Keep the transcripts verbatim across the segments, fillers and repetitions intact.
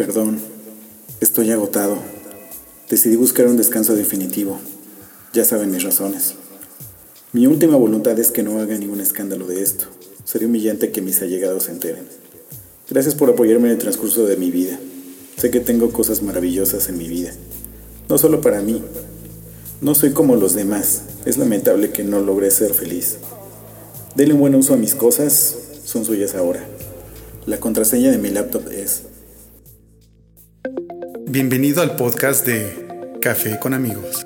Perdón, estoy agotado. Decidí buscar un descanso definitivo. Ya saben mis razones. Mi última voluntad es que no haga ningún escándalo de esto. Sería humillante que mis allegados se enteren. Gracias por apoyarme en el transcurso de mi vida. Sé que tengo cosas maravillosas en mi vida. No solo para mí. No soy como los demás. Es lamentable que no logré ser feliz. Denle un buen uso a mis cosas. Son suyas ahora. La contraseña de mi laptop es... Bienvenido al podcast de Café con Amigos.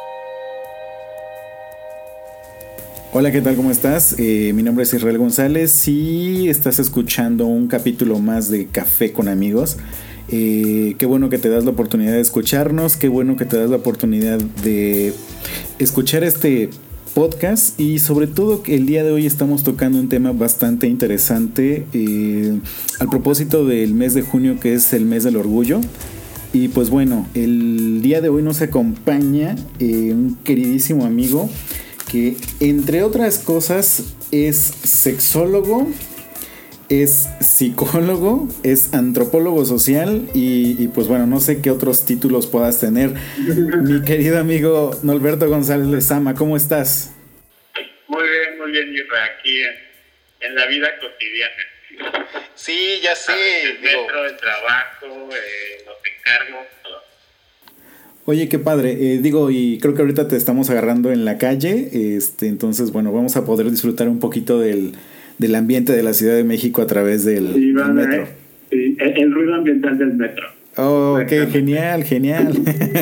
Hola, ¿qué tal? ¿Cómo estás? Eh, mi nombre es Israel González y estás escuchando un capítulo más de Café con Amigos. Eh, qué bueno que te das la oportunidad de escucharnos, qué bueno que te das la oportunidad de escuchar este podcast y sobre todo que el día de hoy estamos tocando un tema bastante interesante eh, al propósito del mes de junio, que es el mes del orgullo. Y pues bueno, el día de hoy nos acompaña eh, un queridísimo amigo que, entre otras cosas, es sexólogo, es psicólogo, es antropólogo social y, y pues bueno, no sé qué otros títulos puedas tener. Mi querido amigo Norberto González Lezama, ¿cómo estás? Muy bien, muy bien, Isra, aquí en, en la vida cotidiana. Sí, ya sé. El digo... metro, el trabajo, eh, los encargos, todo. Oye, qué padre. Eh, digo, y creo que ahorita te estamos agarrando en la calle, este, entonces, bueno, vamos a poder disfrutar un poquito del, del ambiente de la Ciudad de México a través del, sí, del metro. Sí, el, el ruido ambiental del metro. Oh, qué genial, genial.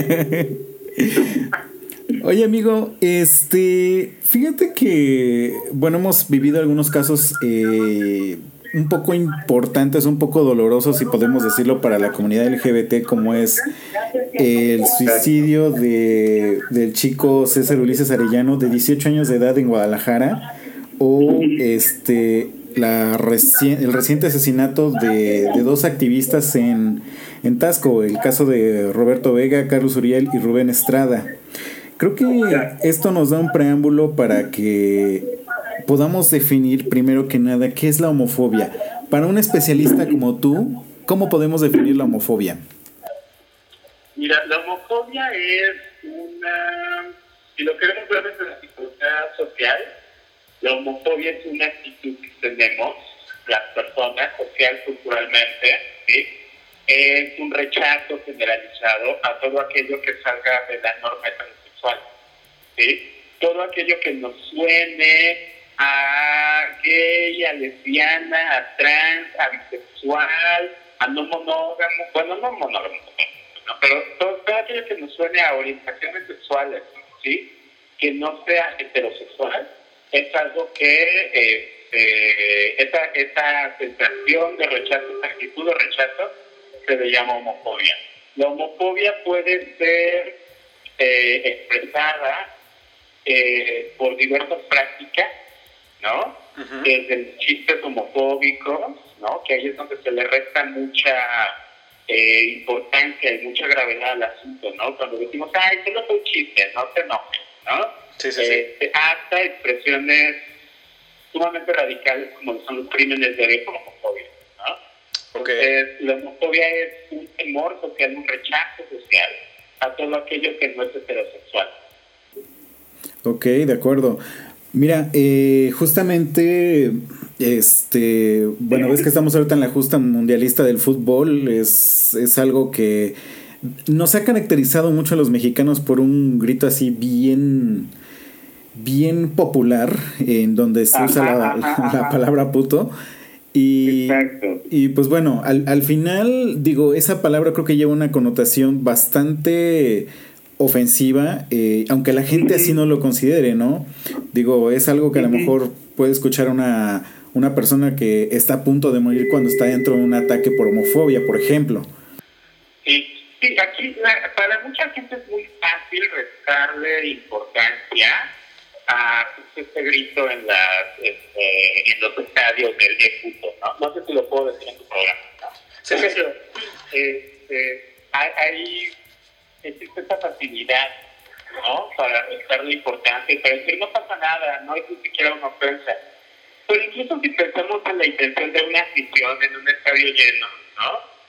Oye, amigo, este, fíjate que, bueno, hemos vivido algunos casos eh, un poco importantes, un poco dolorosos, si podemos decirlo, para la comunidad L G B T, como es el suicidio de, del chico César Ulises Arellano, de dieciocho años de edad, en Guadalajara, o este la reci- el reciente asesinato de, de dos activistas en, en Tasco, el caso de Roberto Vega, Carlos Uriel y Rubén Estrada. Creo que esto nos da un preámbulo para que podamos definir primero que nada qué es la homofobia. Para un especialista como tú, ¿cómo podemos definir la homofobia? Mira, la homofobia es una, si lo queremos ver desde la psicología social, la homofobia es una actitud que tenemos las personas social, culturalmente, ¿sí? Es un rechazo generalizado a todo aquello que salga de la norma heterosexual, ¿sí? Todo aquello que nos suene a gay, a lesbiana, a trans, a bisexual, a no monógamo, bueno, no monógamo, ¿no? Pero todo, todo aquello que nos suene a orientaciones sexuales, ¿sí? Que no sea heterosexual, es algo que eh, eh, esa, esa sensación de rechazo, esa actitud de rechazo, se le llama homofobia. La homofobia puede ser eh, expresada eh, por diversas prácticas, ¿no? Uh-huh. Desde los chistes homofóbicos, ¿no? Que ahí es donde se le resta mucha eh, importancia y mucha gravedad al asunto, ¿no? Cuando decimos, ay, solo fue un chiste, no te enojes, ¿no? Sí, sí, eh, sí. Hasta expresiones sumamente radicales como son los crímenes de odio por homofobia, ¿no? Okay. Entonces, la homofobia es un temor social, un rechazo social a todo aquello que no es heterosexual. Ok, de acuerdo. Mira, eh, justamente, este, bueno, ves que estamos ahorita en la justa mundialista del fútbol, es, es algo que nos ha caracterizado mucho a los mexicanos por un grito así bien, bien popular, en donde se usa la, la, la palabra puto. Y, y pues bueno, al, al final, digo, esa palabra creo que lleva una connotación bastante ofensiva, eh, aunque la gente así no lo considere, ¿no? Digo, es algo que a lo mejor puede escuchar una, una persona que está a punto de morir cuando está dentro de un ataque por homofobia, por ejemplo. Sí, sí, aquí la, para mucha gente es muy fácil restarle importancia a este grito en las este, en los estadios del e-puto, ¿no? No sé si lo puedo decir en tu programa, ¿no? Sí, sí, sí. Este, hay, hay existe esa facilidad, ¿no? Para restarle importancia y para decir no pasa nada, no es ni siquiera una ofensa. Pero incluso si pensamos en la intención de una afición en un estadio lleno, ¿no?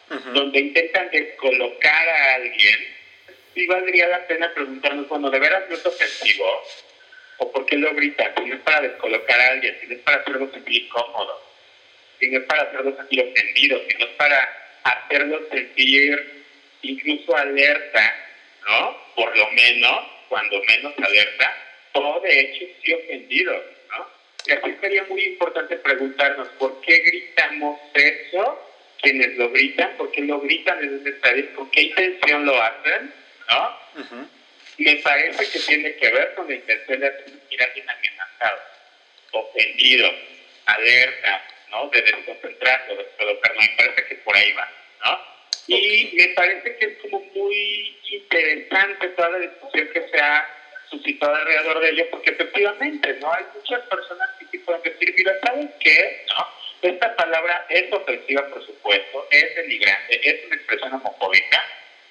uh-huh. donde intentan descolocar a alguien, sí valdría la pena preguntarnos, bueno, ¿de veras no es ofensivo? ¿O por qué lo gritan? Si no es para descolocar a alguien, si no es para hacerlo sentir incómodo, si no es para hacerlo sentir ofendido, si no es para hacerlo sentir incluso alerta, ¿no? Por lo menos, cuando menos alerta, o de hecho sí ofendido, ¿no? Y aquí sería muy importante preguntarnos por qué gritamos eso, quienes lo gritan, por qué lo gritan es necesario, con qué intención lo hacen, ¿no? Uh-huh. Me parece que tiene que ver con la intención de hacer sentir a alguien amenazado, ofendido, alerta, ¿no? De desconcentrarlo, de descolocarlo. Me parece que por ahí va, ¿no? Y me parece que es como muy interesante toda la discusión que se ha suscitado alrededor de ello, porque efectivamente, ¿no? Hay muchas personas que sí pueden decir, mira, ¿sabes qué? ¿No? Esta palabra es ofensiva, por supuesto, es denigrante, es una expresión homofóbica,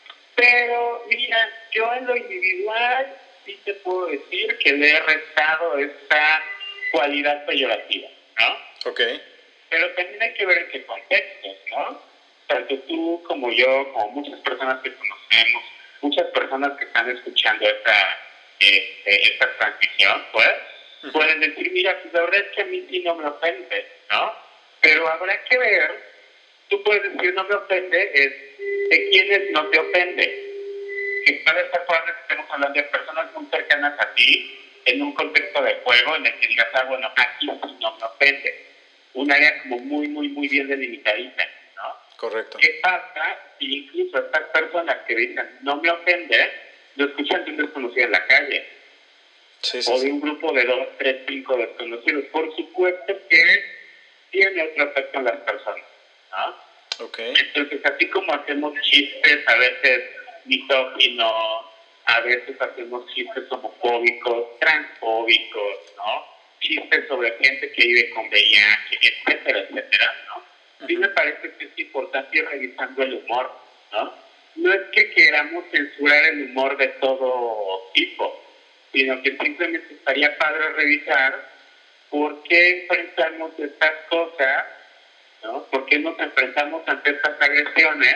pero mira, yo en lo individual sí te puedo decir que le he restado esta cualidad peyorativa, ¿no? Ok. Pero también hay que ver en qué contextos, ¿no? Tanto tú como yo, como muchas personas que conocemos, muchas personas que están escuchando esta, eh, esta transmisión, pues, uh-huh. pueden decir, mira, pues la verdad es que a mí sí no me ofende, ¿no? Pero habrá que ver, tú puedes decir no me ofende, es de quiénes no te ofende. Que puede estar probable que estemos hablando de personas muy cercanas a ti, en un contexto de juego en el que digas, ah, bueno, aquí sí no me ofende. Un área como muy, muy, muy bien delimitadita, ¿no? Correcto. ¿Qué pasa si incluso estas personas que dicen no me ofende, lo escuchan de un desconocido en la calle? Sí, sí, o de sí. un grupo de dos, tres, cinco desconocidos. Por supuesto que tiene otro efecto en las personas, ¿no? Okay. Entonces, así como hacemos chistes a veces misóginos, a veces hacemos chistes homofóbicos, transfóbicos, ¿no? Chistes sobre gente que vive con V I H, etcétera, etcétera, ¿no? Sí me parece que es importante ir revisando el humor, ¿no? No es que queramos censurar el humor de todo tipo, sino que simplemente estaría padre revisar por qué enfrentamos estas cosas, ¿no? ¿Por qué nos enfrentamos ante estas agresiones,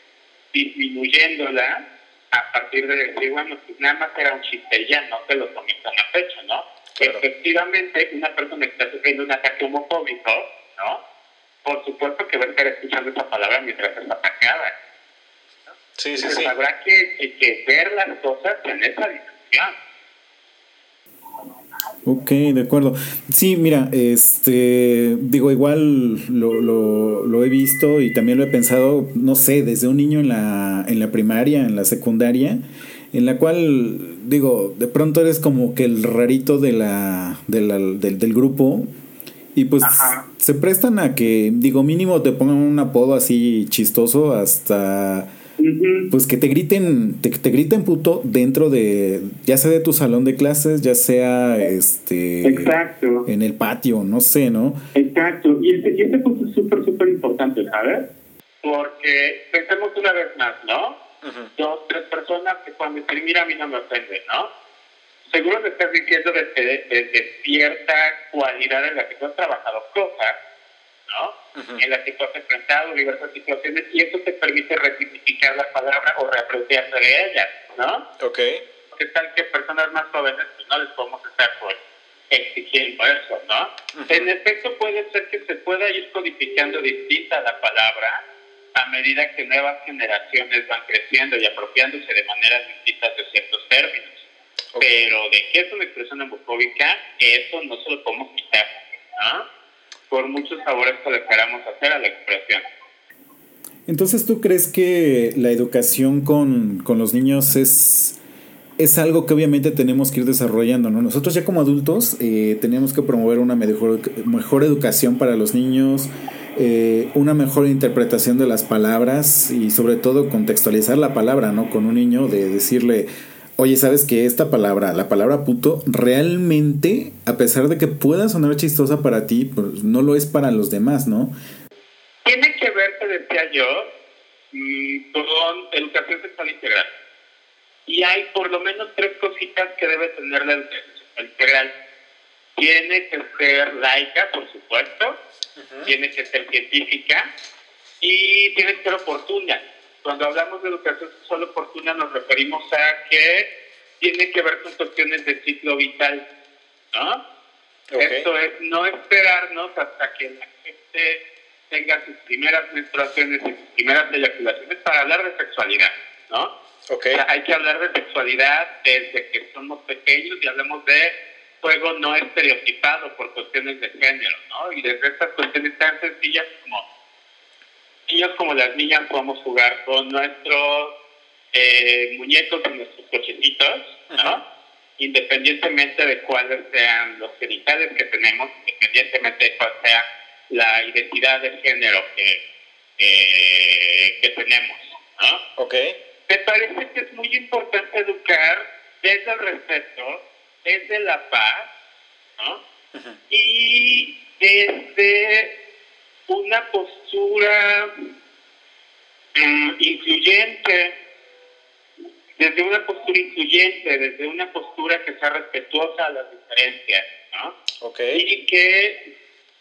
disminuyéndolas a partir de decir, bueno, pues nada más era un chiste y ya, no te lo tomes tan a pecho, ¿no? Claro. Efectivamente, una persona que está sufriendo un ataque homofóbico, ¿no? Por supuesto que va a estar escuchando esa palabra mientras es atacada, ¿no? Sí, sí, Entonces, sí. habrá que, que, que ver las cosas en esa discusión. Ok, de acuerdo. Sí, mira, este, digo, igual lo, lo, lo he visto y también lo he pensado, no sé, desde un niño en la, en la primaria, en la secundaria, en la cual, digo, de pronto eres como que el rarito de la, de la, del, del grupo y pues Ajá. se prestan a que, digo, mínimo te pongan un apodo así chistoso hasta... Pues que te griten, te, te griten puto dentro de, ya sea de tu salón de clases, ya sea este Exacto. en el patio, no sé, ¿no? Exacto, y este, y este punto es súper, súper importante, ¿sabes? Porque pensemos una vez más, ¿no? Uh-huh. Dos, tres personas que cuando dicen, mira, a mí no me ofende, ¿no? Seguro me estás diciendo desde, desde cierta cualidad en la que tú has trabajado cosas, ¿no? Uh-huh. En la que tú has enfrentado diversas situaciones y eso te permite rectificar la palabra o reapropiarse de ellas, ¿no? Ok. ¿Qué tal que personas más jóvenes pues no les podemos estar pues, exigiendo eso, ¿no? Uh-huh. En efecto puede ser que se pueda ir codificando distinta la palabra a medida que nuevas generaciones van creciendo y apropiándose de maneras distintas de ciertos términos. Okay. Pero de que es una expresión homofóbica, eso no se lo podemos quitar, ¿no? Por muchos favores que le queramos hacer a la expresión. Entonces, ¿tú crees que la educación con, con los niños es, es algo que obviamente tenemos que ir desarrollando, ¿no? Nosotros ya como adultos eh, tenemos que promover una mejor, mejor educación para los niños, eh, una mejor interpretación de las palabras y sobre todo contextualizar la palabra, ¿no? Con un niño, de decirle... Oye, ¿sabes que esta palabra, la palabra puto, realmente, a pesar de que pueda sonar chistosa para ti, pues no lo es para los demás, ¿no? Tiene que ver, te decía yo, con educación sexual integral. Y hay por lo menos tres cositas que debe tener la educación sexual integral. Tiene que ser laica, por supuesto, uh-huh. Tiene que ser científica y tiene que ser oportuna. Cuando hablamos de educación sexual oportuna nos referimos a que tiene que ver con cuestiones de ciclo vital, ¿no? Okay. Esto es no esperarnos hasta que la gente tenga sus primeras menstruaciones y sus primeras eyaculaciones para hablar de sexualidad, ¿no? Okay. O sea, hay que hablar de sexualidad desde que somos pequeños y hablamos de juego no estereotipado por cuestiones de género, ¿no? Y desde estas cuestiones tan sencillas como niños como las niñas podemos jugar con nuestros eh, muñecos y nuestros cochecitos, ¿no? Uh-huh. Independientemente de cuáles sean los genitales que tenemos, independientemente de cuál sea la identidad de género que, eh, que tenemos, ¿no? Okay. Me parece que es muy importante educar desde el respeto, desde la paz, ¿no? Uh-huh. Y desde una postura um, incluyente, desde una postura incluyente, desde una postura que sea respetuosa a las diferencias, ¿no? Okay. Y que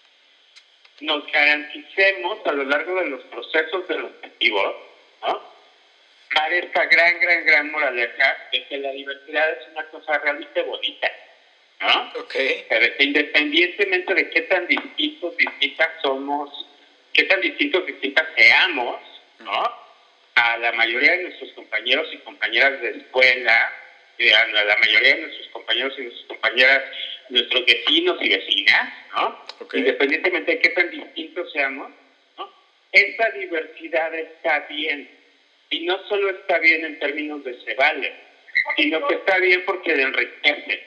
nos garanticemos a lo largo de los procesos de los objetivos, ¿no? Dar esta gran, gran, gran moraleja de que la diversidad es una cosa realmente bonita, ¿no? Okay. Pero independientemente de qué tan distintos, distintas somos, qué tan distintos, distintas seamos, ¿no? A la mayoría de nuestros compañeros y compañeras de escuela, a la mayoría de nuestros compañeros y nuestras compañeras, nuestros vecinos y vecinas, ¿no? Okay. Independientemente de qué tan distintos seamos, ¿no? Esta diversidad está bien. Y no solo está bien en términos de se vale, sino que está bien porque enriquece.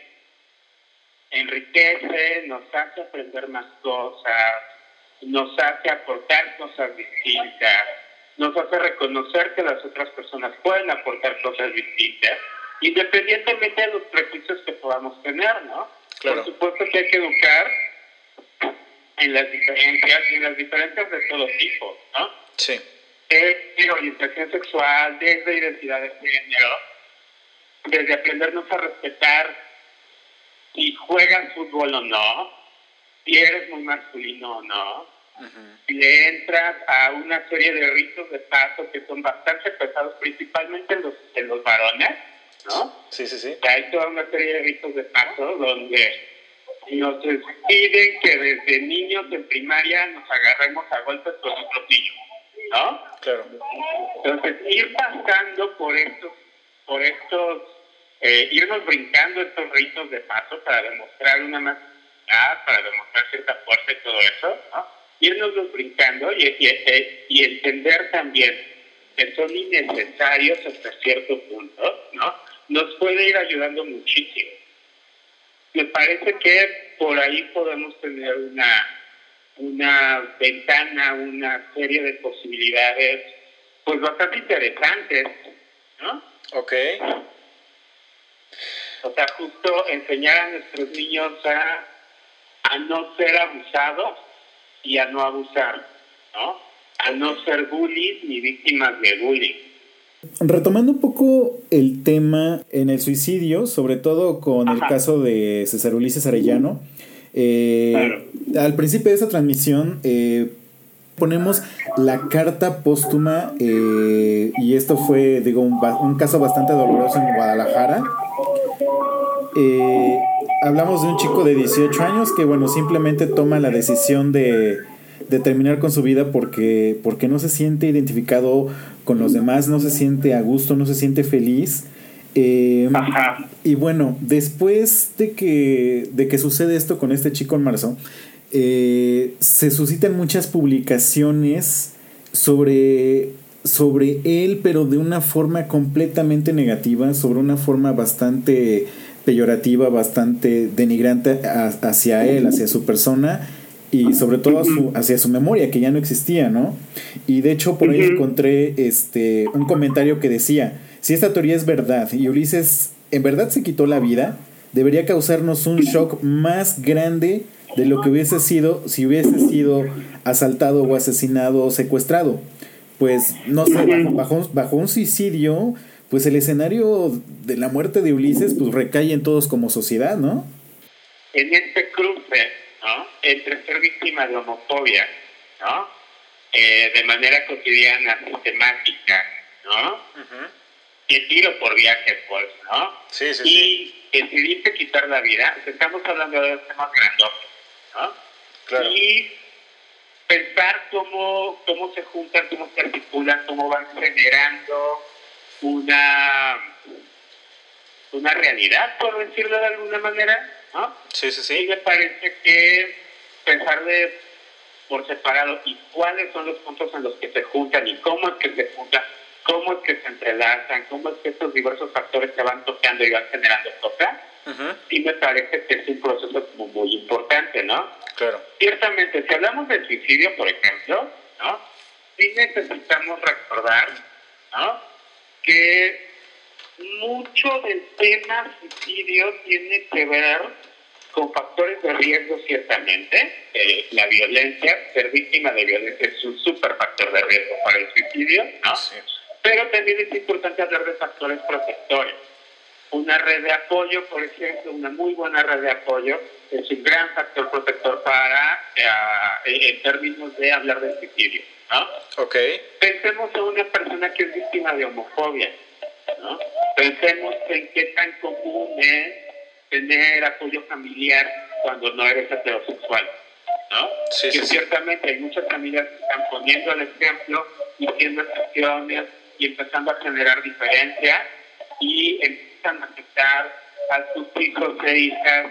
Enriquece, nos hace aprender más cosas, nos hace aportar cosas distintas, nos hace reconocer que las otras personas pueden aportar cosas distintas, independientemente de los prejuicios que podamos tener, ¿no? Claro. Por supuesto que hay que educar en las diferencias, y en las diferencias de todo tipo, ¿no? Sí. Desde orientación sexual, desde identidad de género, desde aprendernos a respetar si juegas fútbol o no, si eres muy masculino o no, uh-huh. Si le entras a una serie de ritos de paso que son bastante pesados, principalmente en los, en los varones, ¿no? Sí, sí, sí. Hay toda una serie de ritos de paso donde nos piden que desde niños en primaria nos agarremos a golpes con otros niños, ¿no? Claro. Entonces, ir pasando por estos, por estos, eh, irnos brincando estos ritos de paso para demostrar una masividad, para demostrar cierta fuerza y todo eso, ¿no? Irnoslos brincando y, y, y entender también que son innecesarios hasta cierto punto, ¿no? Nos puede ir ayudando muchísimo. Me parece que por ahí podemos tener una una ventana, una serie de posibilidades, pues bastante interesantes, ¿no? Ok. O sea, justo enseñar a nuestros niños a, a no ser abusados y a no abusar, ¿no? A no ser bullies ni víctimas de bullying. Retomando un poco el tema en el suicidio, sobre todo con Ajá. el caso de César Ulises Arellano, Eh, claro. Al principio de esa transmisión eh, ponemos la carta póstuma eh, y esto fue, digo, un, un caso bastante doloroso en Guadalajara. Eh, hablamos de un chico de dieciocho años que, bueno, simplemente toma la decisión de, de terminar con su vida porque, porque no se siente identificado con los demás, no se siente a gusto, no se siente feliz. Eh, y bueno, después de que, de que sucede esto con este chico en marzo, eh, se suscitan muchas publicaciones sobre, sobre él, pero de una forma completamente negativa, sobre una forma bastante peyorativa, bastante denigrante a, hacia él, hacia su persona y sobre todo a su, hacia su memoria, que ya no existía, ¿no? Y de hecho por ahí encontré este, un comentario que decía: si esta teoría es verdad y Ulises en verdad se quitó la vida, debería causarnos un shock más grande de lo que hubiese sido si hubiese sido asaltado o asesinado o secuestrado. Pues no sé, bajo, bajo, bajo un suicidio, pues el escenario de la muerte de Ulises pues recae en todos como sociedad, ¿no? En este cruce, ¿no?, entre ser víctima de homofobia, ¿no?, eh, de manera cotidiana, sistemática, ¿no? Uh-huh. Y tiro por viaje, pues, ¿no? Sí, sí, y sí. decidiste quitar la vida, estamos hablando de temas grandotes, ¿no? Claro. Y pensar cómo, cómo se juntan, cómo se articulan, cómo van generando una, una realidad, por decirlo de alguna manera, ¿no? Sí, sí, sí. Y me parece que pensar de por separado y cuáles son los puntos en los que se juntan y cómo es que se juntan, cómo es que se entrelazan, cómo es que estos diversos factores se van tocando y van generando cosas, uh-huh. Y me parece que es un proceso como muy importante, ¿no? Claro. Ciertamente, si hablamos del suicidio, por ejemplo, ¿no? Sí necesitamos recordar, ¿no? Que mucho del tema suicidio tiene que ver con factores de riesgo, ciertamente. Eh, la violencia, ser víctima de violencia es un súper factor de riesgo para el suicidio, ¿no? Sí. Pero también es importante hablar de factores protectores. Una red de apoyo, por ejemplo, una muy buena red de apoyo es un gran factor protector para, uh, en términos de hablar del suicidio, ¿no? Ok. Pensemos en una persona que es víctima de homofobia, ¿no? Pensemos en qué tan común es tener apoyo familiar cuando no eres heterosexual, ¿no? Sí, que sí, ciertamente sí. Hay muchas familias que están poniendo el ejemplo, diciendo excepciones y empezando a generar diferencias y empiezan a afectar a sus hijos e hijas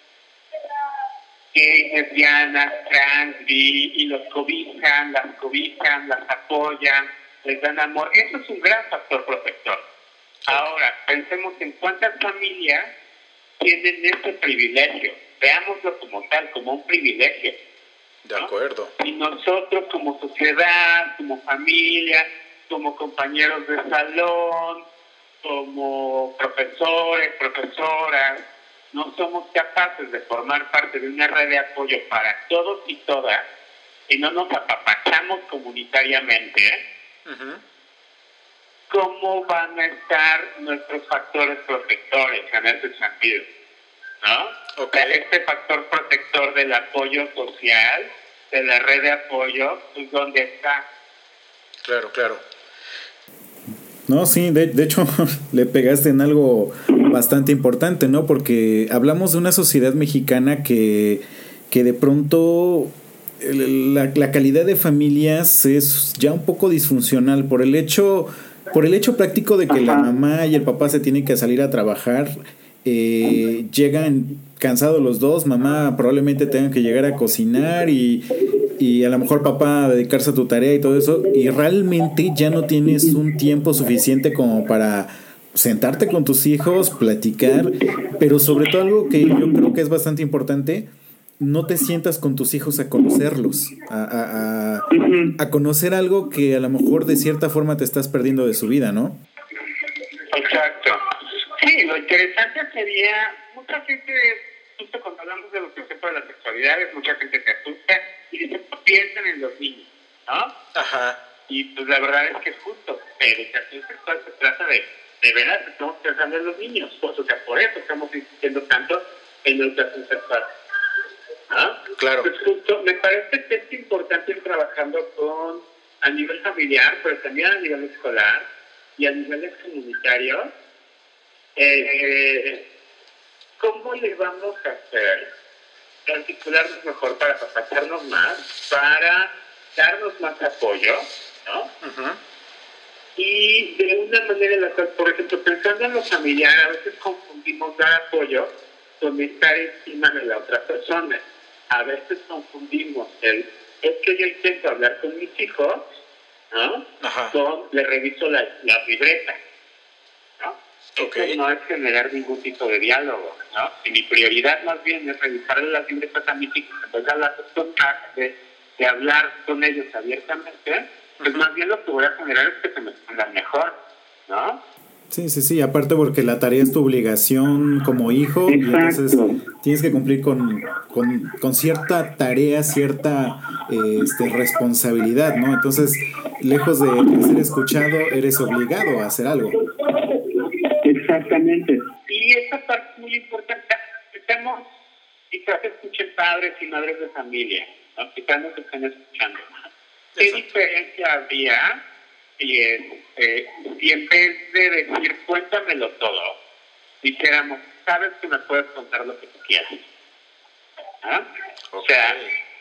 gays, lesbianas, trans, bi, y los cobijan, las cobijan, las apoyan, les dan amor. Eso es un gran factor protector. Ahora, pensemos en cuántas familias tienen ese privilegio. Veámoslo como tal, como un privilegio, ¿no? De acuerdo. Y nosotros como sociedad, como familia, como compañeros de salón, como profesores, profesoras, no somos capaces de formar parte de una red de apoyo para todos y todas, y no nos apapachamos comunitariamente, uh-huh. ¿Cómo van a estar nuestros factores protectores en ese sentido? ¿No? Okay. O sea, este factor protector del apoyo social, de la red de apoyo, pues ¿dónde está? Claro, claro. No, sí, de, de hecho le pegaste en algo bastante importante, ¿no? Porque hablamos de una sociedad mexicana que, que de pronto la, la calidad de familias es ya un poco disfuncional por el hecho, por el hecho práctico de que Ajá. la mamá y el papá se tienen que salir a trabajar. Eh, llegan cansados los dos, mamá probablemente tenga que llegar a cocinar y, y a lo mejor papá a dedicarse a tu tarea y todo eso, y realmente ya no tienes un tiempo suficiente como para sentarte con tus hijos, platicar, pero sobre todo algo que yo creo que es bastante importante, no te sientas con tus hijos a conocerlos, a, a, a, a conocer algo que a lo mejor de cierta forma te estás perdiendo de su vida, ¿no? Exacto. Sí, lo interesante sería, mucha gente, justo cuando hablamos de los conceptos de las sexualidades, mucha gente se asusta y dice, pues piensan en los niños, ¿no? Ajá. Y pues la verdad es que es justo, pero educación sexual se trata de, de verdad, estamos pensando en los niños, pues, o sea, por eso estamos insistiendo tanto en educación sexual, ¿no? Claro. Pues justo, me parece que es importante ir trabajando con, a nivel familiar, pero también a nivel escolar y a nivel comunitario. Eh, ¿Cómo le vamos a hacer articularnos mejor para apapacharnos más, para darnos más apoyo, ¿no? Uh-huh. Y de una manera en la cual, por ejemplo, pensando en lo familiar, a veces confundimos dar apoyo con estar encima de la otra persona. A veces confundimos el, es que yo intento hablar con mis hijos, ¿no? Ajá. Con, le reviso la, la libreta. Okay. Eso no es generar ningún tipo de diálogo, ¿no? Si mi prioridad más bien es revisarle las libretas a mis hijos, en vez de hablar, de, de hablar con ellos abiertamente, pues uh-huh. más bien lo que voy a generar es que se me entiendan mejor, ¿no? Sí, sí, sí, aparte porque la tarea es tu obligación como hijo. Exacto. Y entonces tienes que cumplir con, con, con cierta tarea, cierta eh, este, responsabilidad, ¿no? Entonces, lejos de ser escuchado, eres obligado a hacer algo. Exactamente. Y esa parte es muy importante. Estamos, quizás escuchen padres y madres de familia, ¿no? Quizás nos estén escuchando. ¿Qué Exacto. diferencia habría si, este, si en vez de decir cuéntamelo todo, dijéramos, sabes que me puedes contar lo que tú quieras? ¿Ah? O sea,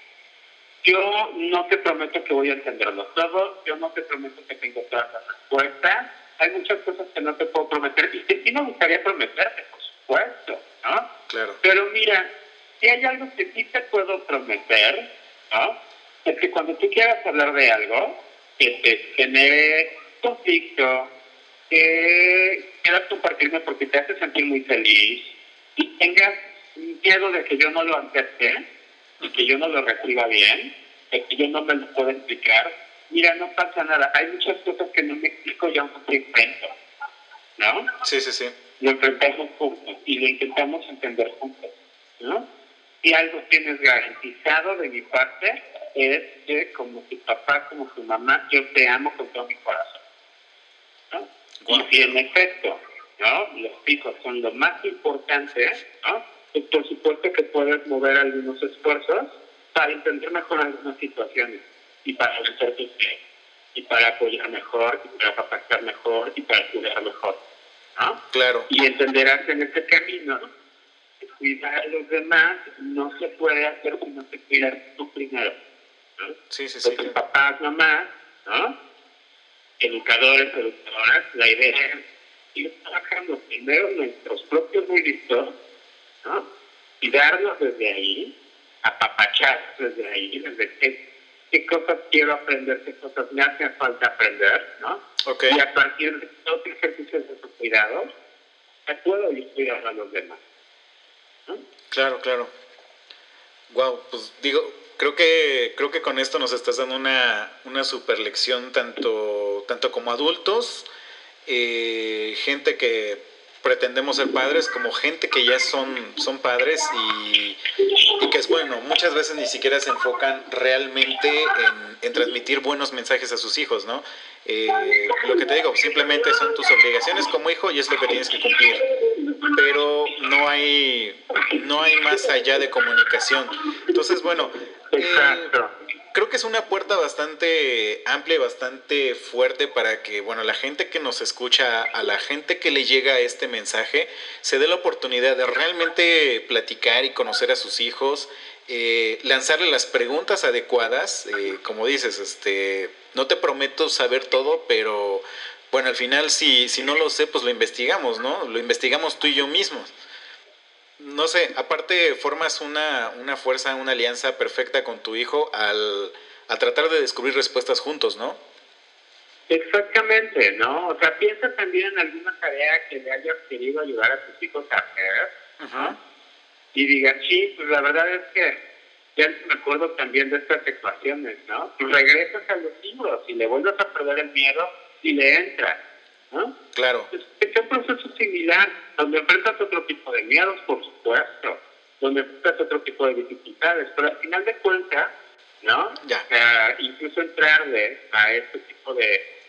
yo no te prometo que voy a entenderlo todo, yo no te prometo que tengo todas las respuestas, hay muchas cosas que no te puedo prometer y que sí me gustaría prometerte, por supuesto, ¿no? Claro. Pero mira, si hay algo que sí te puedo prometer, ¿no? Es que cuando tú quieras hablar de algo que te genere conflicto, que quieras compartirme porque te hace sentir muy feliz y tengas miedo de que yo no lo acepte y que yo no lo reciba bien, de que yo no me lo pueda explicar, mira, no pasa nada. Hay muchas cosas que no me explico y aún no te enfrento, ¿no? Sí, sí, sí. Lo enfrentamos juntos y lo intentamos entender juntos, ¿no? Si algo tienes garantizado de mi parte es que como tu papá, como tu mamá, yo te amo con todo mi corazón, ¿no? Wow. Y si en efecto, ¿no? Los hijos son lo más importante, ¿no? Pues por supuesto que puedes mover algunos esfuerzos para entender mejor algunas situaciones y para vencer tus miedos, y para apoyar mejor, y para papactar mejor, y para cuidar mejor, ¿no? Claro. Y entenderás que en este camino, cuidar a los demás no se puede hacer si no te cuidas tú primero, ¿no? Sí, sí, sí. Entonces, papás, mamás, ¿no? Educadores, educadoras, la idea es ir trabajando primero nuestros propios muy listos, ¿no? Y darnos desde ahí, apapacharnos desde ahí, desde qué, qué cosas quiero aprender, qué cosas me hacen falta aprender, ¿no? Okay. Y a partir de todos los ejercicios de su cuidado, me puedo ir cuidando a los demás, ¿no? Claro, claro. Wow, pues digo, creo que creo que con esto nos estás dando una una super lección tanto tanto como adultos, eh, gente que pretendemos ser padres, como gente que ya son son padres y, y que es bueno, muchas veces ni siquiera se enfocan realmente en, en transmitir buenos mensajes a sus hijos, ¿no? Eh, lo que te digo, simplemente son tus obligaciones como hijo y es lo que tienes que cumplir, pero no hay no hay más allá de comunicación. Entonces, bueno, Exacto. eh, creo que es una puerta bastante amplia y bastante fuerte para que, bueno, la gente que nos escucha, a la gente que le llega este mensaje, se dé la oportunidad de realmente platicar y conocer a sus hijos, eh, lanzarle las preguntas adecuadas, eh, como dices, este, no te prometo saber todo, pero bueno, al final si, si no lo sé, pues lo investigamos, ¿no? Lo investigamos tú y yo mismos. No sé, aparte formas una, una fuerza, una alianza perfecta con tu hijo al, al tratar de descubrir respuestas juntos, ¿no? Exactamente, ¿no? O sea, piensa también en alguna tarea que le hayas querido ayudar a tus hijos a hacer, ¿no? Uh-huh. Y digas, sí, pues la verdad es que ya me acuerdo también de estas ecuaciones, ¿no? Pues regresas a los libros y le vuelves a perder el miedo y le entras, ¿no? Claro. Es, es un proceso similar, donde enfrentas otro tipo de miedos, por supuesto, donde enfrentas otro tipo de dificultades, pero al final de cuentas, ¿no? Ya. O sea, incluso entrarle a este tipo de,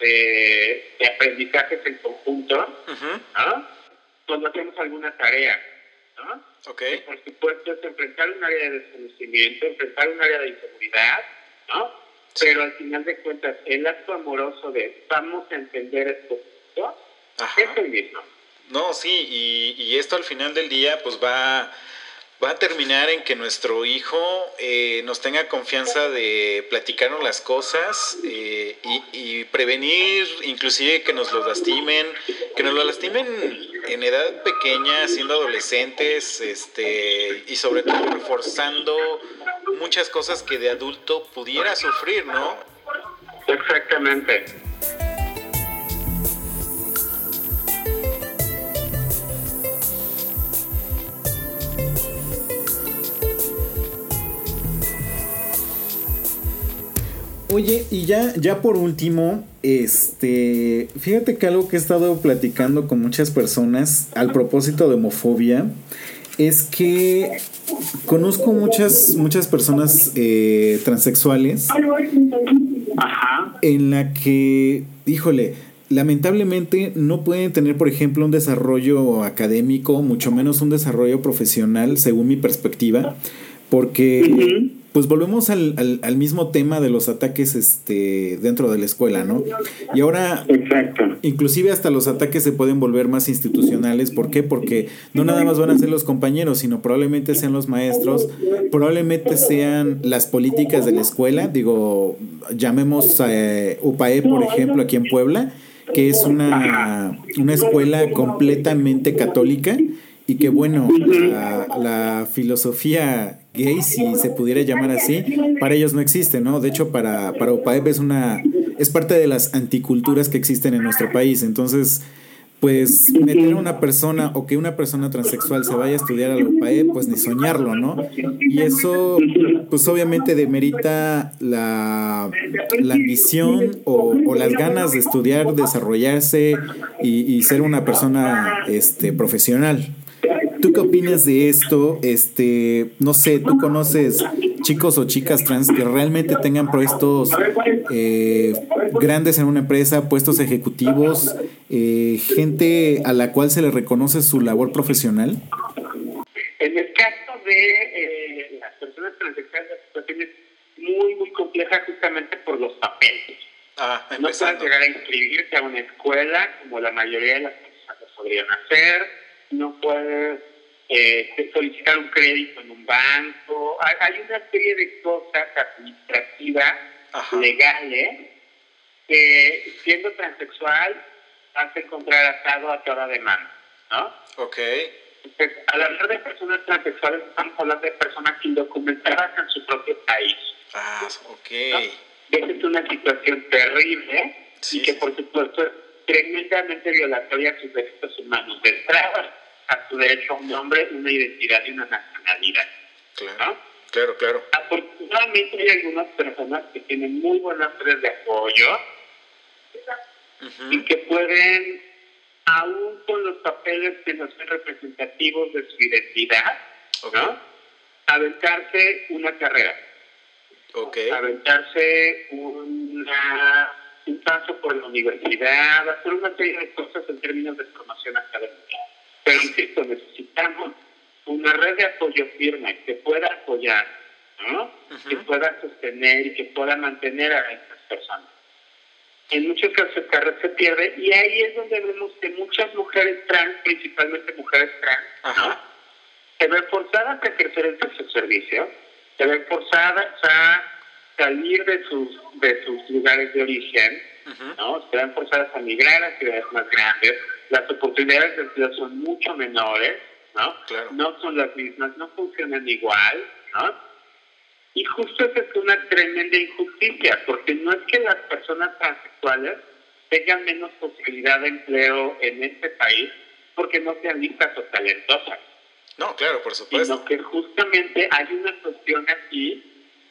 de, de aprendizajes en conjunto, uh-huh. ¿no? Cuando hacemos alguna tarea, ¿no? Okay. Por supuesto, es enfrentar un área de desconocimiento, enfrentar un área de inseguridad, ¿no? Sí. Pero al final de cuentas, el acto amoroso de vamos a entender esto, ¿no? Es el mismo. No, sí, y, y esto al final del día, pues va, va a terminar en que nuestro hijo eh, nos tenga confianza de platicarnos las cosas eh, y, y prevenir, inclusive que nos lo lastimen, que nos lo lastimen en edad pequeña, siendo adolescentes, este, y sobre todo reforzando muchas cosas que de adulto pudiera sufrir, ¿no? Exactamente. Oye, y ya, ya por último, este, fíjate que algo que he estado platicando con muchas personas al propósito de homofobia es que conozco muchas, muchas personas eh, transexuales. Ajá. En la que, híjole, lamentablemente no pueden tener, por ejemplo, un desarrollo académico, mucho menos un desarrollo profesional, según mi perspectiva, porque uh-huh. pues volvemos al, al, al mismo tema de los ataques este, dentro de la escuela, ¿no? Y ahora, exacto, inclusive hasta los ataques se pueden volver más institucionales. ¿Por qué? Porque no nada más van a ser los compañeros, sino probablemente sean los maestros, probablemente sean las políticas de la escuela. Digo, llamemos a eh, U P A E, por ejemplo, aquí en Puebla, que es una, una escuela completamente católica y que, bueno, la, la filosofía gay, si se pudiera llamar así, para ellos no existe, ¿no? De hecho, para, para U P A E P es una, es parte de las anticulturas que existen en nuestro país. Entonces, pues meter a una persona o que una persona transexual se vaya a estudiar a la U P A E, pues ni soñarlo, ¿no? Y eso, pues obviamente demerita la, la ambición o, o las ganas de estudiar, desarrollarse y, y ser una persona este, profesional. ¿Tú qué opinas de esto? Este, no sé, ¿tú conoces chicos o chicas trans que realmente tengan puestos eh, grandes en una empresa, puestos ejecutivos, eh, gente a la cual se le reconoce su labor profesional? En el caso de eh, las personas transexuales, la situación es muy, muy compleja justamente por los papeles. Ah, no puedes llegar a inscribirte a una escuela como la mayoría de las personas podrían hacer, no puedes eh, solicitar un crédito en un banco, hay, hay una serie de cosas administrativas, Ajá. legales, que siendo transexual vas a encontrar atado a toda demanda, ¿no? Ok. Entonces, al hablar de personas transexuales, estamos hablando de personas indocumentadas en su propio país. Ah, ok. ¿No? Esa es una situación terrible sí, y que, sí. por supuesto, es tremendamente violatoria a sus derechos humanos. De entrada, a su derecho a un nombre, una identidad y una nacionalidad. Claro, ¿no? claro, claro. Afortunadamente hay algunas personas que tienen muy buenas redes de apoyo uh-huh. y que pueden, aún con los papeles que no son representativos de su identidad, okay. ¿no? aventarse una carrera. Okay. Aventarse una, un paso por la universidad, hacer una serie de cosas en términos de formación académica. Pero insisto, necesitamos una red de apoyo firme que pueda apoyar, ¿no? Uh-huh. que pueda sostener y que pueda mantener a estas personas. En muchos casos el carril se pierde y ahí es donde vemos que muchas mujeres trans, principalmente mujeres trans, uh-huh. ¿no? se ven forzadas a ejercer el tercer servicio, se ven forzadas a salir de sus de sus lugares de origen, uh-huh. ¿no? Se ven forzadas a migrar a ciudades más grandes, las oportunidades de empleo son mucho menores, ¿no? Claro. No son las mismas, no funcionan igual, ¿no? Y justo esa es una tremenda injusticia, porque no es que las personas transexuales tengan menos posibilidad de empleo en este país porque no sean listas o talentosas. No, claro, por supuesto. Sino que justamente hay una cuestión aquí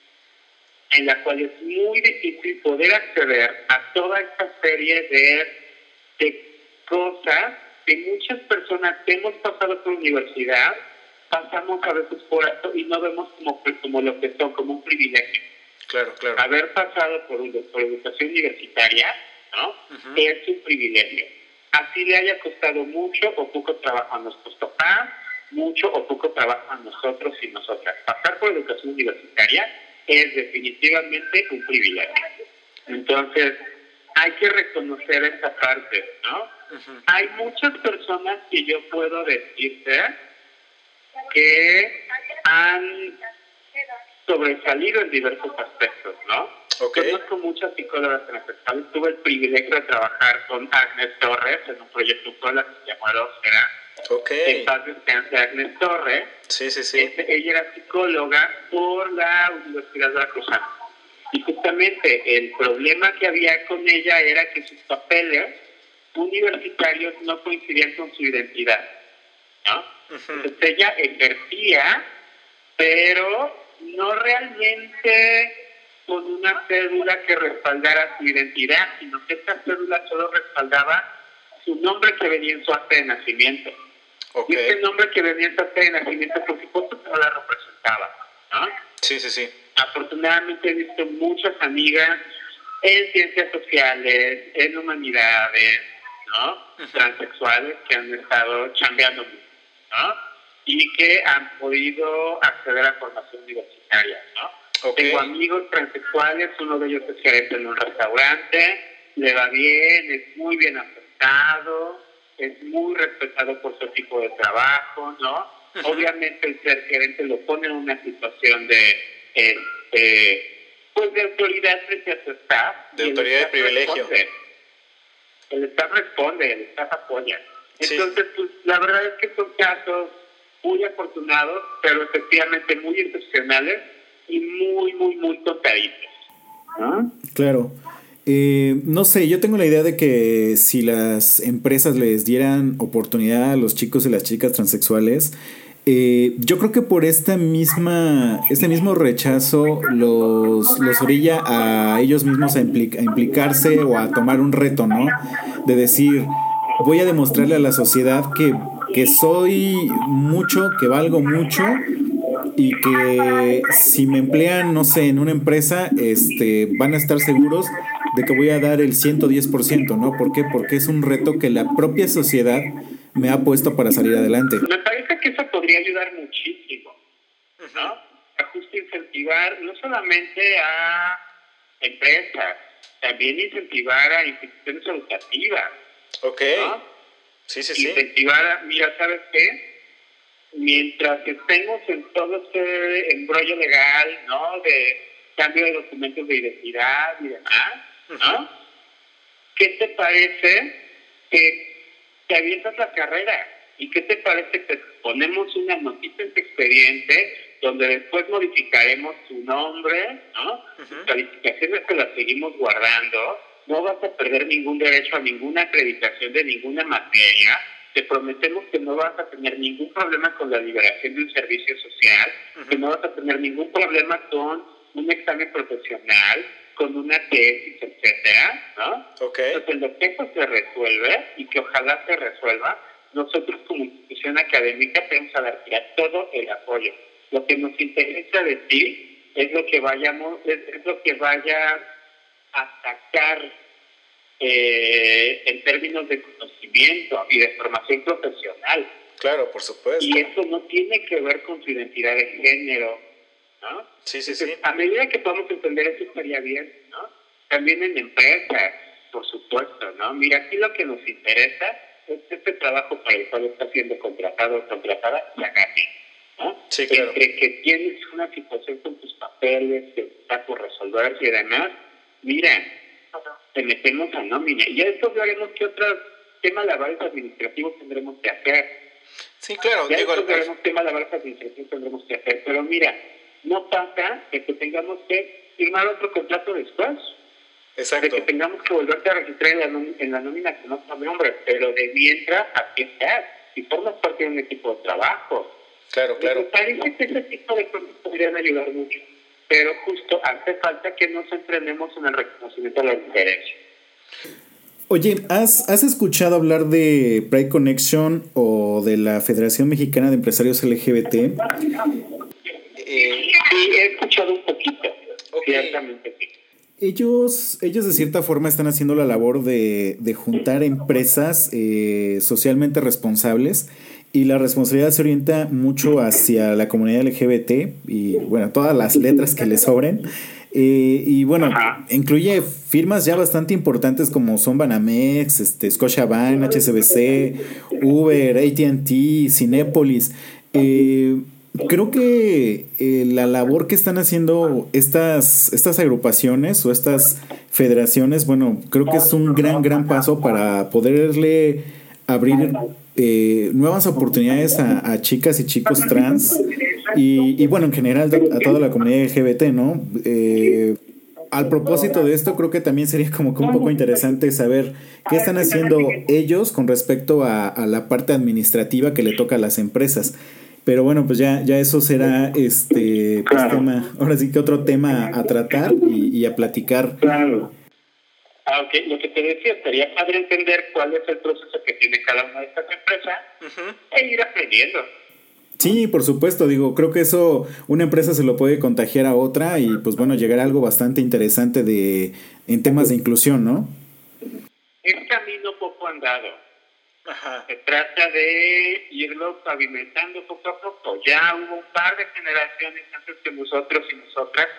en la cual es muy difícil poder acceder a toda esta serie de, de cosas que muchas personas que hemos pasado por universidad pasamos a veces por esto y no vemos como, como lo que son, como un privilegio. Claro, claro. Haber pasado por, por educación universitaria, ¿no? Uh-huh. Es un privilegio. Así le haya costado mucho o poco trabajo a nuestros papás, mucho o poco trabajo a nosotros y nosotras. Pasar por educación universitaria es definitivamente un privilegio. Entonces, hay que reconocer esa parte, ¿no? Uh-huh. Hay muchas personas que yo puedo decirte que han sobresalido en diversos aspectos, ¿no? Okay. Conozco muchas psicólogas transexuales. Tuve el privilegio de trabajar con Agnes Torres en un proyecto sola que se llamó Erósfera. Okay. En paz descanse Agnes Torres. Sí, sí, sí. Este, ella era psicóloga por la Universidad de Veracruzana. Y justamente el problema que había con ella era que sus papeles universitarios no coincidían con su identidad, ¿no? Uh-huh. Entonces ella ejercía, pero no realmente con una cédula que respaldara su identidad, sino que esta cédula solo respaldaba su nombre que venía en su acta de nacimiento. Okay. Y ese nombre que venía en su acta de nacimiento, por supuesto, no la representaba, ¿no? Sí, sí, sí. Afortunadamente he visto muchas amigas en ciencias sociales, en humanidades, ¿no? Uh-huh. Transexuales que han estado chambeando mucho, ¿no? Y que han podido acceder a formación universitaria, ¿no? Okay. Tengo amigos transexuales, uno de ellos es gerente en un restaurante, le va bien, es muy bien aceptado, es muy respetado por su tipo de trabajo, ¿no? Uh-huh. Obviamente el ser gerente lo pone en una situación de, este, pues de autoridad frente a su staff. De autoridad y privilegio. Responde. El staff responde, el staff apoya. Entonces, sí. Pues la verdad es que son casos muy afortunados, pero efectivamente muy excepcionales y muy, muy, muy contaditos. ¿Ah? Claro. Eh, no sé, yo tengo la idea de que si las empresas les dieran oportunidad a los chicos y las chicas transexuales, eh, yo creo que por esta misma, este mismo rechazo los, los orilla a ellos mismos a, implica, a implicarse o a tomar un reto, ¿no? De decir, voy a demostrarle a la sociedad que, que soy mucho, que valgo mucho y que si me emplean, no sé, en una empresa, este, van a estar seguros de que voy a dar el ciento diez por ciento, ¿no? ¿Por qué? Porque es un reto que la propia sociedad me ha puesto para salir adelante. Me parece que eso podría ayudar muchísimo, ¿no? A justo incentivar no solamente a empresas, también incentivar a instituciones educativas. Ok. ¿No? Sí, sí, sí. Incentivar a, mira, ¿sabes qué? Mientras estemos en todo este embrollo legal, ¿no? De cambio de documentos de identidad y demás, ¿no? Uh-huh. ¿Qué te parece que te avientas la carrera? ¿Y qué te parece que ponemos una notita en tu expediente donde después modificaremos tu nombre, ¿no? Uh-huh. Tus calificaciones que las seguimos guardando, no vas a perder ningún derecho a ninguna acreditación de ninguna materia, te prometemos que no vas a tener ningún problema con la liberación de un servicio social, uh-huh. que no vas a tener ningún problema con un examen profesional, con una tesis, etcétera, ¿no? Okay. Entonces, lo que eso se resuelve y que ojalá se resuelva, nosotros como institución académica tenemos a dar a todo el apoyo. Lo que nos interesa decir es lo que vayamos, es, es lo que vaya a sacar eh, en términos de conocimiento y de formación profesional. Claro, por supuesto. Y eso no tiene que ver con su identidad de género, ¿no? Sí, sí, Entonces, sí. a medida que podamos entender eso estaría bien, ¿no? También en empresas, por supuesto, ¿no? Mira, aquí lo que nos interesa es este trabajo para el cual está siendo contratado o contratada se gane, ¿no? Sí, claro. Entre que tienes una situación con tus papeles que está por resolver y demás, mira, te metemos a nómina. Y ya después veremos qué otros temas laborales administrativos tendremos que hacer. Sí, claro. Ya digo, después veremos qué temas laborales administrativos tendremos que hacer. Pero mira, no pasa de que tengamos que firmar otro contrato después. Exacto. De que tengamos que volverte a registrar en la, nómina, en la nómina con otro nombre. Pero de mientras, aquí estás. Y formas parte de un equipo de trabajo. Claro, claro. Me parece que ese tipo de cosas podrían ayudar mucho. Pero justo hace falta que nos entrenemos en el reconocimiento de los derechos. Oye, ¿has, ¿has escuchado hablar de Pride Connection o de la Federación Mexicana de Empresarios L G B T? Eh, sí, he escuchado un poquito, okay. Ciertamente sí. Ellos, ellos de cierta forma están haciendo la labor de, de juntar empresas eh, socialmente responsables y la responsabilidad se orienta mucho hacia la comunidad L G B T y bueno, todas las letras que le sobren. Eh, y bueno, Ajá. incluye firmas ya bastante importantes como son Banamex, este, Scotiabank, H S B C, Uber, A T and T, Cinépolis. Eh, creo que eh, la labor que están haciendo estas, estas agrupaciones o estas federaciones, bueno, creo que es un gran, gran paso para poderle abrir eh, nuevas oportunidades a, a chicas y chicos trans y, y bueno, en general a toda la comunidad L G B T, ¿no? Eh, al propósito de esto, creo que también sería como que un poco interesante saber qué están haciendo ellos con respecto a, a la parte administrativa que le toca a las empresas. Pero bueno, pues ya, ya eso será este pues, tema, ahora sí que otro tema a tratar y, y a platicar. Claro. Ah, ok. Lo que te decía, estaría padre entender cuál es el proceso que tiene cada una de estas empresas uh-huh. e ir aprendiendo. Sí, por supuesto, digo, creo que eso una empresa se lo puede contagiar a otra y pues bueno, llegar a algo bastante interesante de en temas de inclusión, ¿no? Es camino poco andado. Ajá. Se trata de irlo pavimentando poco a poco. Ya hubo un par de generaciones antes que nosotros y nosotras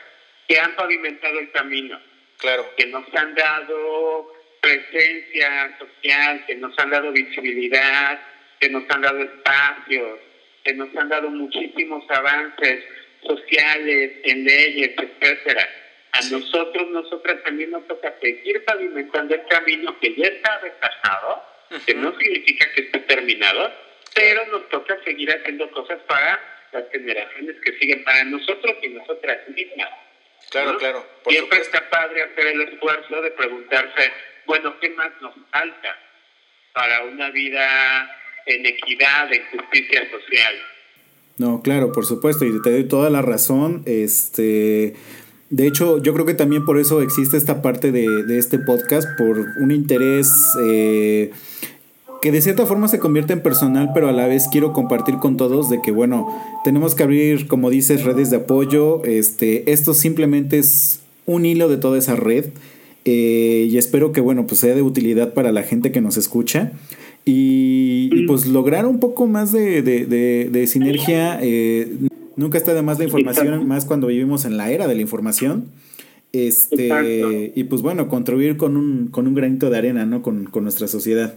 que han pavimentado el camino. Claro. Que nos han dado presencia social, que nos han dado visibilidad, que nos han dado espacios, que nos han dado muchísimos avances sociales, en leyes, etcétera. A sí. nosotros, nosotras también nos toca seguir pavimentando el camino que ya está retrasado, uh-huh. que no significa que esté terminado, pero nos toca seguir haciendo cosas para las generaciones que siguen, para nosotros y nosotras mismas. Claro, ¿no? claro. Por Siempre supuesto. Está padre hacer el esfuerzo de preguntarse, bueno, ¿qué más nos falta para una vida en equidad, en justicia social? No, claro, por supuesto, y te doy toda la razón. Este, de hecho, yo creo que también por eso existe esta parte de, de este podcast, por un interés eh, que de cierta forma se convierte en personal, pero a la vez quiero compartir con todos de que, bueno, tenemos que abrir, como dices, redes de apoyo. Este, esto simplemente es un hilo de toda esa red, eh, y espero que, bueno, pues sea de utilidad para la gente que nos escucha. Y, y pues lograr un poco más de, de, de, de sinergia. Eh, nunca está de más la información, más cuando vivimos en la era de la información. Este, Exacto. Y pues bueno, contribuir con un, con un granito de arena, ¿no? Con, con nuestra sociedad.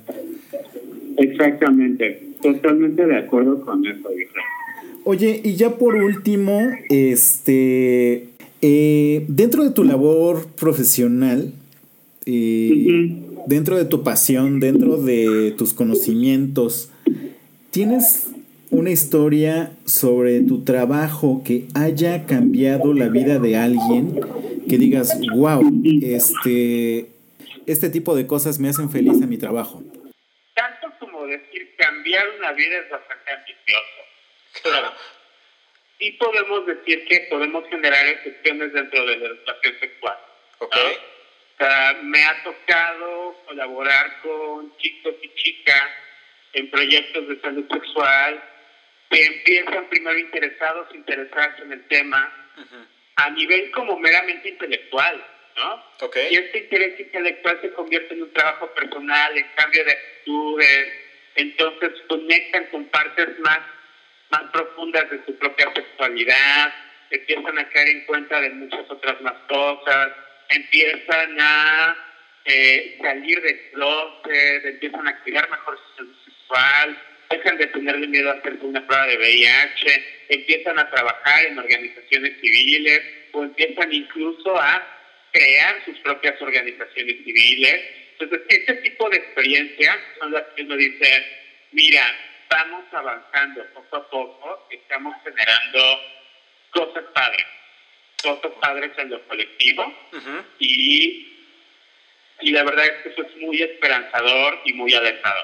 Exactamente, totalmente de acuerdo con eso, hija. Oye, y ya por último, este, eh, dentro de tu labor profesional, eh, uh-huh. dentro de tu pasión, dentro de tus conocimientos, ¿tienes una historia sobre tu trabajo que haya cambiado la vida de alguien? Que digas, wow, este, este tipo de cosas me hacen feliz a mi trabajo. Tanto como decir cambiar una vida es bastante ambicioso. Claro. Sí podemos decir que podemos generar excepciones dentro de la educación sexual. Ok. ¿No? O sea, me ha tocado colaborar con chicos y chicas en proyectos de salud sexual que empiezan primero interesados, interesarse en el tema, uh-huh. a nivel como meramente intelectual, ¿no? Okay. Y este interés intelectual se convierte en un trabajo personal, en cambio de actitudes, entonces conectan con partes más, más profundas de su propia sexualidad, empiezan a caer en cuenta de muchas otras más cosas, empiezan a eh, salir del closet, empiezan a cuidar mejor su salud sexual, dejan de tenerle miedo a hacerse una prueba de V I H, empiezan a trabajar en organizaciones civiles o empiezan incluso a crear sus propias organizaciones civiles. Entonces, este tipo de experiencias son las que uno dice, mira, vamos avanzando poco a poco, estamos generando cosas padres, cosas padres en lo colectivo, uh-huh. y, y la verdad es que eso es muy esperanzador y muy alentador.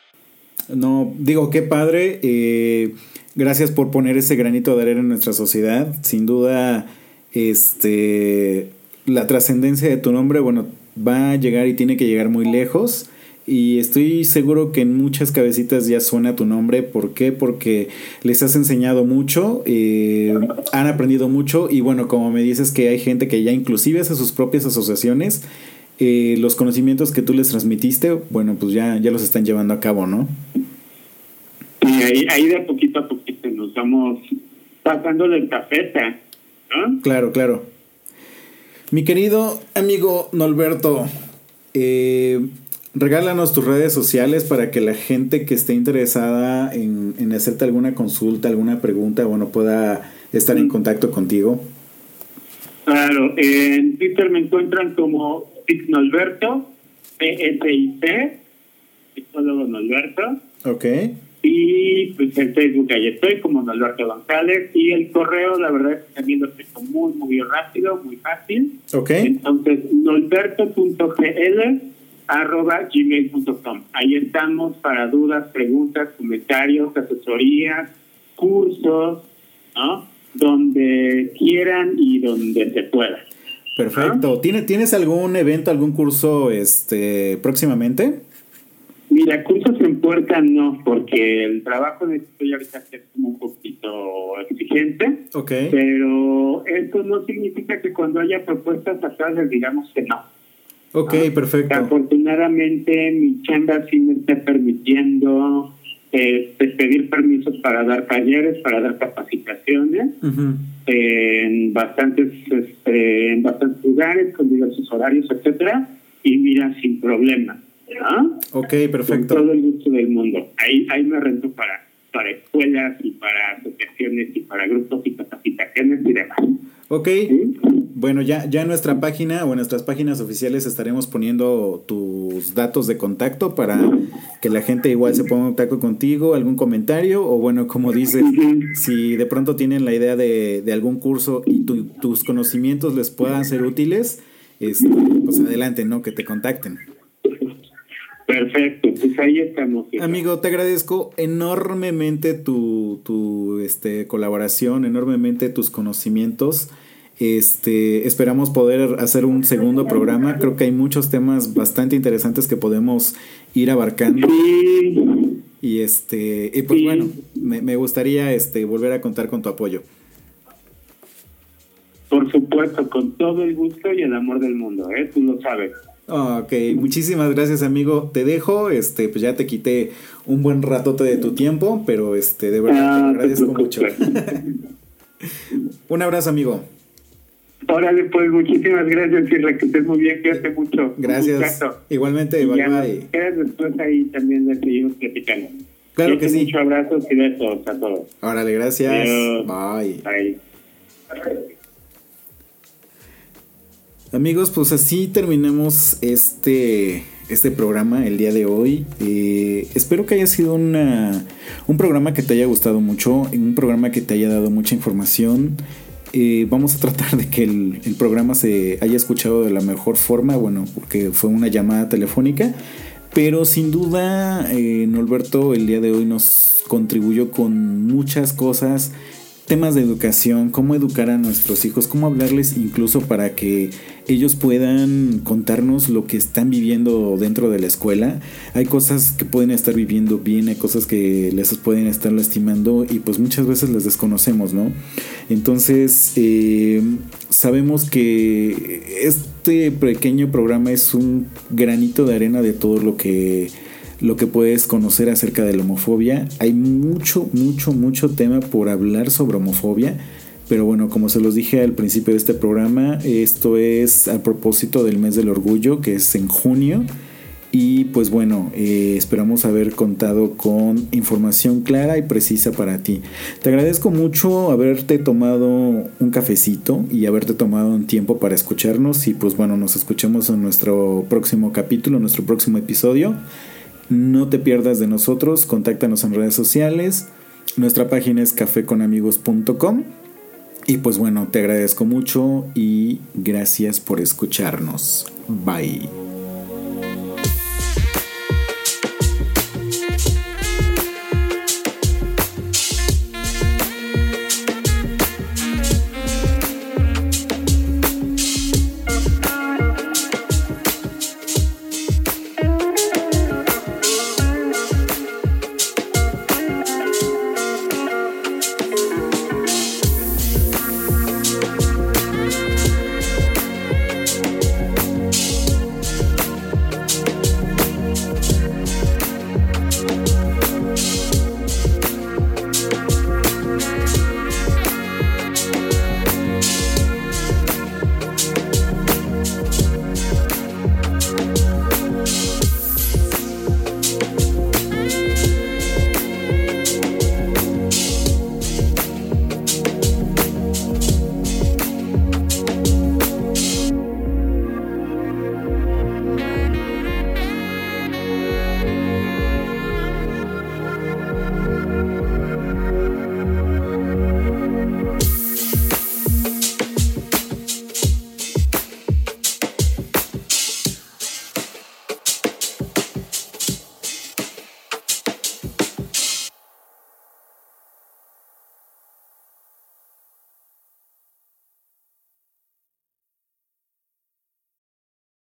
No, digo, qué padre, eh, gracias por poner ese granito de arena en nuestra sociedad, sin duda, este... la trascendencia de tu nombre, bueno, va a llegar y tiene que llegar muy lejos, y estoy seguro que en muchas cabecitas ya suena tu nombre. ¿Por qué? Porque les has enseñado mucho, eh, han aprendido mucho, y bueno, como me dices que hay gente que ya inclusive hace sus propias asociaciones, eh, los conocimientos que tú les transmitiste, bueno, pues ya, ya los están llevando a cabo, ¿no? Y ahí, ahí de poquito a poquito nos vamos pasando del tafeta, ¿no? Claro, claro. Mi querido amigo Norberto, eh, regálanos tus redes sociales para que la gente que esté interesada en, en hacerte alguna consulta, alguna pregunta, bueno, pueda estar en contacto contigo. Claro, en Twitter me encuentran como Norberto, P S I C, psicólogo Norberto. Ok. Y pues en Facebook ahí estoy como Norberto González, y el correo la verdad es que también lo tengo muy muy rápido, muy fácil. Okay. Entonces norberto punto g l arroba gmail punto com. Ahí estamos para dudas, preguntas, comentarios, asesorías, cursos, ¿no? Donde quieran y donde se pueda. Perfecto. ¿Ah? ¿Tienes, ¿Tienes algún evento, algún curso este próximamente? Mira, cursos en puerta no, porque el trabajo necesito ya ahorita es como un poquito exigente. Okay. Pero esto no significa que cuando haya propuestas atrás les digamos que no. Ok, ¿no? Perfecto. Afortunadamente mi chamba sí me está permitiendo este, pedir permisos para dar talleres, para dar capacitaciones, uh-huh. en bastantes este, eh, en bastantes lugares, con diversos horarios, etcétera, y mira, sin problema, ¿no? Ok, perfecto. Con todo el gusto del mundo. Ahí, ahí me rento para, para escuelas y para asociaciones y para grupos y capacitaciones y demás. Ok, ¿Sí? Bueno, ya, ya en nuestra página o en nuestras páginas oficiales estaremos poniendo tus datos de contacto para que la gente igual se ponga en contacto contigo, algún comentario o bueno, como dices, si de pronto tienen la idea de, de algún curso y tu, tus conocimientos les puedan ser útiles, este, pues adelante, ¿no? Que te contacten. Perfecto, pues ahí estamos. ¿Sí? Amigo, te agradezco enormemente tu, tu este, colaboración, enormemente tus conocimientos. Este, esperamos poder hacer un segundo programa. Creo que hay muchos temas bastante interesantes que podemos ir abarcando. Sí. Y este, y pues sí. bueno, me, me gustaría este volver a contar con tu apoyo. Por supuesto, con todo el gusto y el amor del mundo, ¿eh? Tú lo sabes. Ok, muchísimas gracias, amigo. Te dejo, este, pues ya te quité un buen ratote de tu tiempo, pero este, de verdad ah, te agradezco mucho. Un abrazo, amigo. Órale, pues muchísimas gracias, Sierra, que estés muy bien, cuídate mucho. Gracias. Igualmente, y bye ya bye. Quedas después ahí también le seguimos platicando. Claro que sí. Muchos abrazos y besos a todos. Órale, gracias. Adiós. Bye. Bye. Amigos, pues así terminamos este, este programa el día de hoy. Eh, espero que haya sido una, un programa que te haya gustado mucho, un programa que te haya dado mucha información. Eh, vamos a tratar de que el, el programa se haya escuchado de la mejor forma, bueno, porque fue una llamada telefónica, pero sin duda eh, Norberto el día de hoy nos contribuyó con muchas cosas, temas de educación, cómo educar a nuestros hijos, cómo hablarles incluso para que ellos puedan contarnos lo que están viviendo dentro de la escuela. Hay cosas que pueden estar viviendo bien, hay cosas que les pueden estar lastimando y pues muchas veces las desconocemos, ¿no? Entonces eh, sabemos que este pequeño programa es un granito de arena de todo lo que lo que puedes conocer acerca de la homofobia. Hay mucho, mucho, mucho tema por hablar sobre homofobia, pero bueno, como se los dije al principio de este programa, esto es a propósito del mes del orgullo, que es en junio, y pues bueno, eh, esperamos haber contado con información clara y precisa para ti. Te agradezco mucho haberte tomado un cafecito y haberte tomado un tiempo para escucharnos, y pues bueno, nos escuchamos en nuestro próximo capítulo, nuestro próximo episodio. No te pierdas de nosotros, contáctanos en redes sociales, nuestra página es café con amigos punto com y pues bueno, te agradezco mucho y gracias por escucharnos. Bye.